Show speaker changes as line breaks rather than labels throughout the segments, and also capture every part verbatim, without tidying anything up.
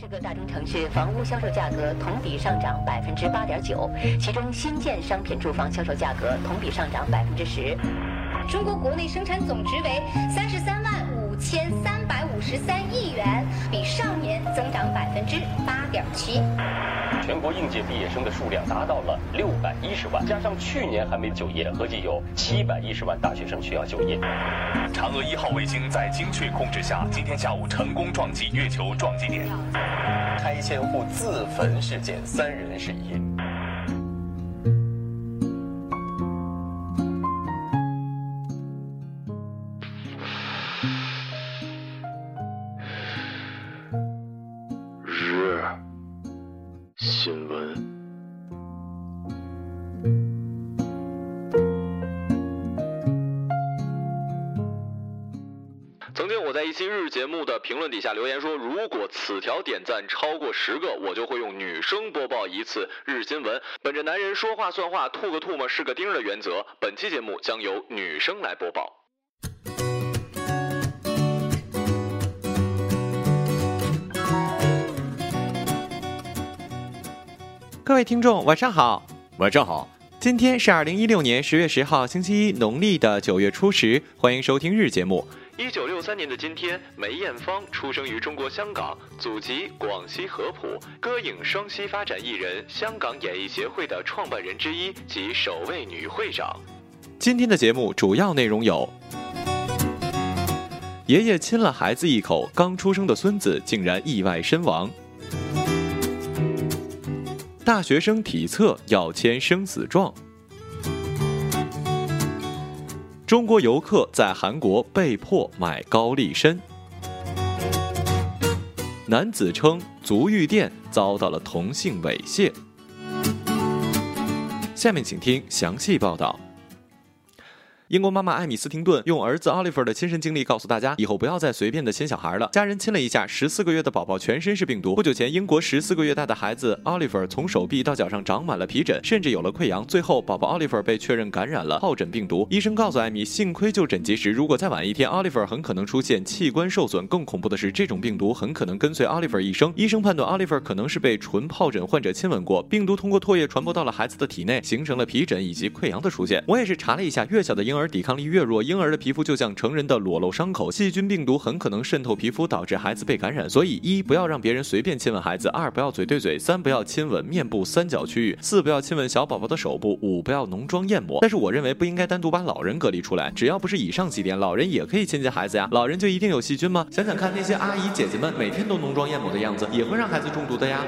十个大中城市房屋销售价格同比上涨百分之八点九，其中新建商品住房销售价格同比上涨百分之十。
中国国内生产总值为三十三万五千三百五十三亿元，比上年增长百分之八点七。
全国应届毕业生的数量达到了六百一十万，加上去年还没就业，合计有七百一十万大学生需要就业。
嫦娥一号卫星在精确控制下，今天下午成功撞击月球撞击点。
开千户自焚事件，三人失忆。
日新闻。曾经我在一期日节目的评论底下留言说，如果此条点赞超过十个，我就会用女生播报一次日新闻。本着男人说话算话，吐个唾沫是个钉的原则，本期节目将由女生来播报。
各位听众晚上好。
晚上好。
今天是二零一六年十月十号星期一，农历的九月初十，欢迎收听日节目。
一九六三年的今天，梅艳芳出生于中国香港，祖籍广西合浦，歌影双栖发展艺人，香港演艺协会的创办人之一及首位女会长。
今天的节目主要内容有：爷爷亲了孩子一口，刚出生的孙子竟然意外身亡；大学生体测要签生死状；中国游客在韩国被迫买高丽参；男子称足浴店遭到了同性猥亵。下面请听详细报道。英国妈妈艾米斯汀顿用儿子奥利弗的亲身经历告诉大家，以后不要再随便的亲小孩了。家人亲了一下，十四个月的宝宝全身是病毒。不久前，英国十四个月大的孩子奥利弗从手臂到脚上长满了皮疹，甚至有了溃疡。最后，宝宝奥利弗被确认感染了疱疹病毒。医生告诉艾米，幸亏就诊及时，如果再晚一天，奥利弗很可能出现器官受损。更恐怖的是，这种病毒很可能跟随奥利弗一生。医生判断奥利弗可能是被纯疱疹患者亲吻过，病毒通过唾液传播到了孩子的体内，形成了皮疹以及溃疡的出现。我也是查了一下，越小的婴儿抵抗力越弱，婴儿的皮肤就像成人的裸露伤口，细菌病毒很可能渗透皮肤，导致孩子被感染。所以，一不要让别人随便亲吻孩子；二不要嘴对嘴；三不要亲吻面部三角区域；四不要亲吻小宝宝的手部；五不要浓妆艳抹。但是我认为不应该单独把老人隔离出来，只要不是以上几点，老人也可以亲近孩子呀。老人就一定有细菌吗？想想看，那些阿姨姐姐们每天都浓妆艳抹的样子，也会让孩子中毒的呀。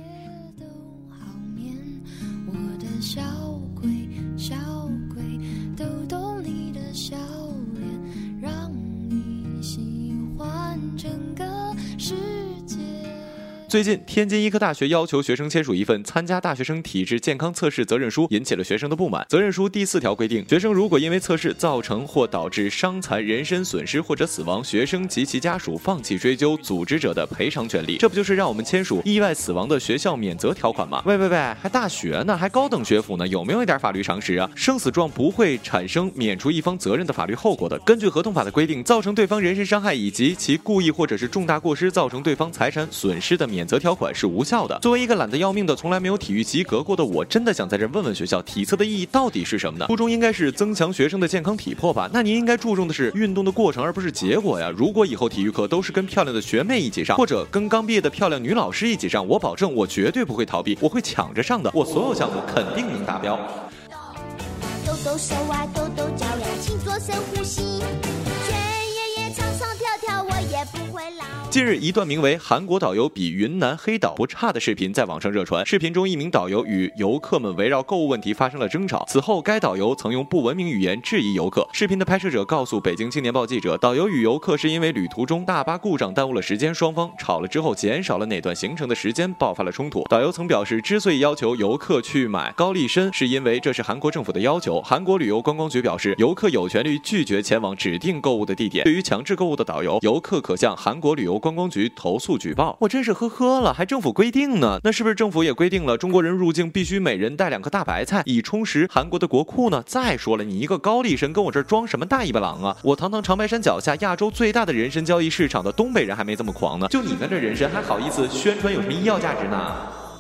小鬼小鬼逗逗你的笑脸，让你喜欢整个世界。
最近，天津医科大学要求学生签署一份参加大学生体质健康测试责任书，引起了学生的不满。责任书第四条规定，学生如果因为测试造成或导致伤残、人身损失或者死亡，学生及其家属放弃追究组织者的赔偿权利。这不就是让我们签署意外死亡的学校免责条款吗？喂喂喂，还大学呢，还高等学府呢，有没有一点法律常识啊？生死状不会产生免除一方责任的法律后果的。根据合同法的规定，造成对方人身伤害以及其故意或者是重大过失造成对方财产损失的免责条款是无效的。作为一个懒得要命的从来没有体育及格过的我，真的想在这问问学校，体测的意义到底是什么呢？初衷应该是增强学生的健康体魄吧？那您应该注重的是运动的过程，而不是结果呀。如果以后体育课都是跟漂亮的学妹一起上，或者跟刚毕业的漂亮女老师一起上，我保证我绝对不会逃避，我会抢着上的，我所有项目肯定能达标。
抖抖手啊，抖抖脚呀，请做深呼吸，全爷爷唱唱跳跳，我也不会老。
近日，一段名为《韩国导游比云南黑岛不差》的视频在网上热传。视频中，一名导游与游客们围绕购物问题发生了争吵。此后，该导游曾用不文明语言质疑游客。视频的拍摄者告诉北京青年报记者，导游与游客是因为旅途中大巴故障耽误了时间，双方吵了之后减少了哪段行程的时间，爆发了冲突。导游曾表示，之所以要求游客去买高丽参，是因为这是韩国政府的要求。韩国旅游观光局表示，游客有权利拒绝前往指定购物的地点。对于强制购物的导游，游客可向韩国旅游由观光局投诉举报。我真是呵呵了，还政府规定呢？那是不是政府也规定了中国人入境必须每人带两颗大白菜，以充实韩国的国库呢？再说了，你一个高丽参跟我这儿装什么大尾巴狼啊？我堂堂长白山脚下亚洲最大的人参交易市场的东北人还没这么狂呢，就你们这人参还好意思宣传有什么医药价值呢？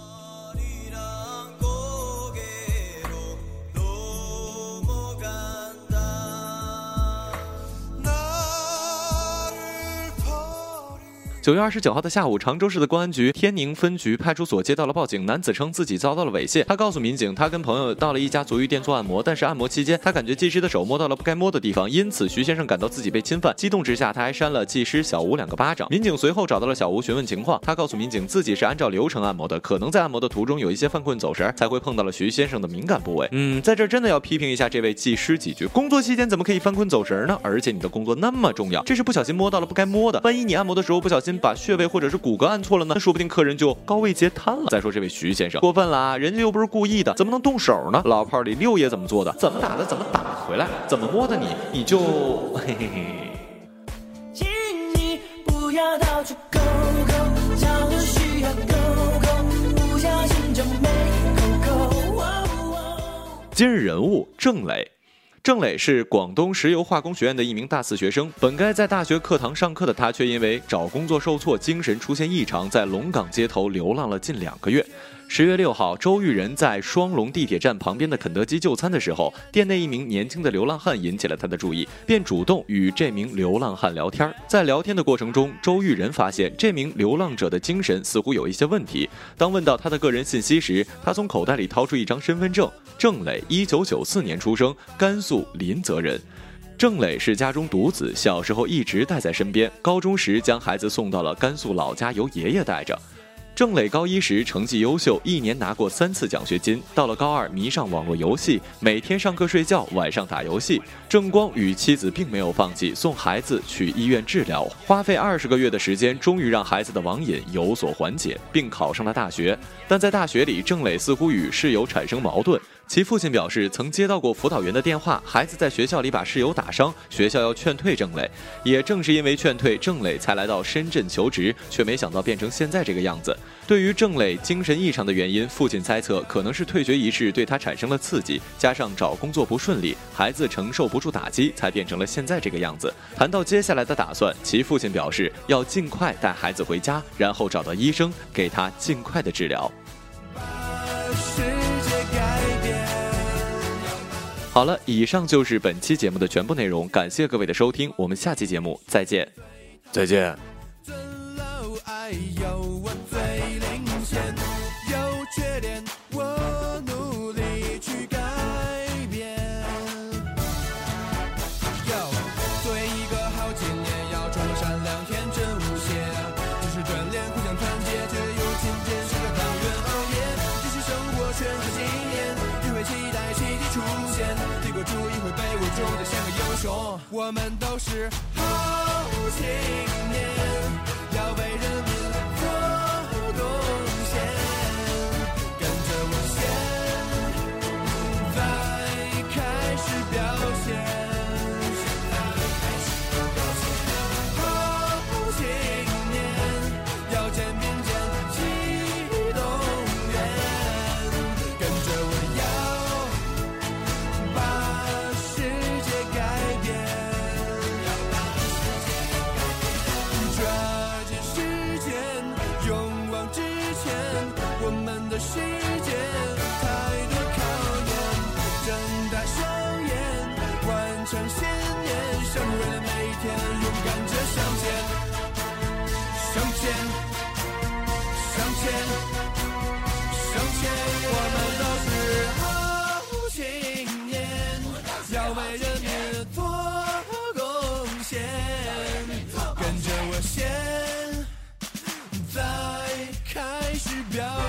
九月二十九号的下午，常州市的公安局天宁分局派出所接到了报警，男子称自己遭到了猥亵。他告诉民警，他跟朋友到了一家足浴店做按摩，但是按摩期间，他感觉技师的手摸到了不该摸的地方，因此徐先生感到自己被侵犯，激动之下，他还扇了技师小吴两个巴掌。民警随后找到了小吴询问情况，他告诉民警自己是按照流程按摩的，可能在按摩的途中有一些犯困走神，才会碰到了徐先生的敏感部位。嗯，在这真的要批评一下这位技师几句，工作期间怎么可以犯困走神呢？而且你的工作那么重要，这是不小心摸到了不该摸的，万一你按摩的时候不小心把穴位或者是骨骼按错了呢，那说不定客人就高位截瘫了。再说这位徐先生过分了啊，人家又不是故意的，怎么能动手呢？老炮里六爷怎么做的？怎么打的？怎么打回来？怎么摸的你？你就嘿嘿嘿。请你不要到处勾勾，叫我需要勾勾，不小心就没勾勾。今日人物郑磊。郑磊是广东石油化工学院的一名大四学生，本该在大学课堂上课的他，却因为找工作受挫，精神出现异常，在龙岗街头流浪了近两个月。十月六号，周玉仁在双龙地铁站旁边的肯德基就餐的时候，店内一名年轻的流浪汉引起了他的注意，便主动与这名流浪汉聊天。在聊天的过程中，周玉仁发现这名流浪者的精神似乎有一些问题。当问到他的个人信息时，他从口袋里掏出一张身份证，郑磊，一九九四年出生，甘肃临泽人。郑磊是家中独子，小时候一直带在身边，高中时将孩子送到了甘肃老家，由爷爷带着。郑磊高一时成绩优秀，一年拿过三次奖学金。到了高二，迷上网络游戏，每天上课睡觉，晚上打游戏。郑光与妻子并没有放弃，送孩子去医院治疗，花费二十个月的时间，终于让孩子的网瘾有所缓解，并考上了大学。但在大学里，郑磊似乎与室友产生矛盾。其父亲表示，曾接到过辅导员的电话，孩子在学校里把室友打伤，学校要劝退郑磊。也正是因为劝退，郑磊才来到深圳求职，却没想到变成现在这个样子。对于郑磊精神异常的原因，父亲猜测可能是退学一事对他产生了刺激，加上找工作不顺利，孩子承受不住打击，才变成了现在这个样子。谈到接下来的打算，其父亲表示要尽快带孩子回家，然后找到医生给他尽快的治疗。好了，以上就是本期节目的全部内容，感谢各位的收听，我们下期节目再见。再见。
我们都是好青年，要为人民做贡献，跟着我先，再开始表现。好青年，要肩并肩起动员，跟着我要把世界改变。世界太多考验，睁大双眼，完成信念，生活为了每一天，勇敢着向前，向前，向前，向前。我们都是好青年，要为人民做贡献，跟着我先，再开始表演。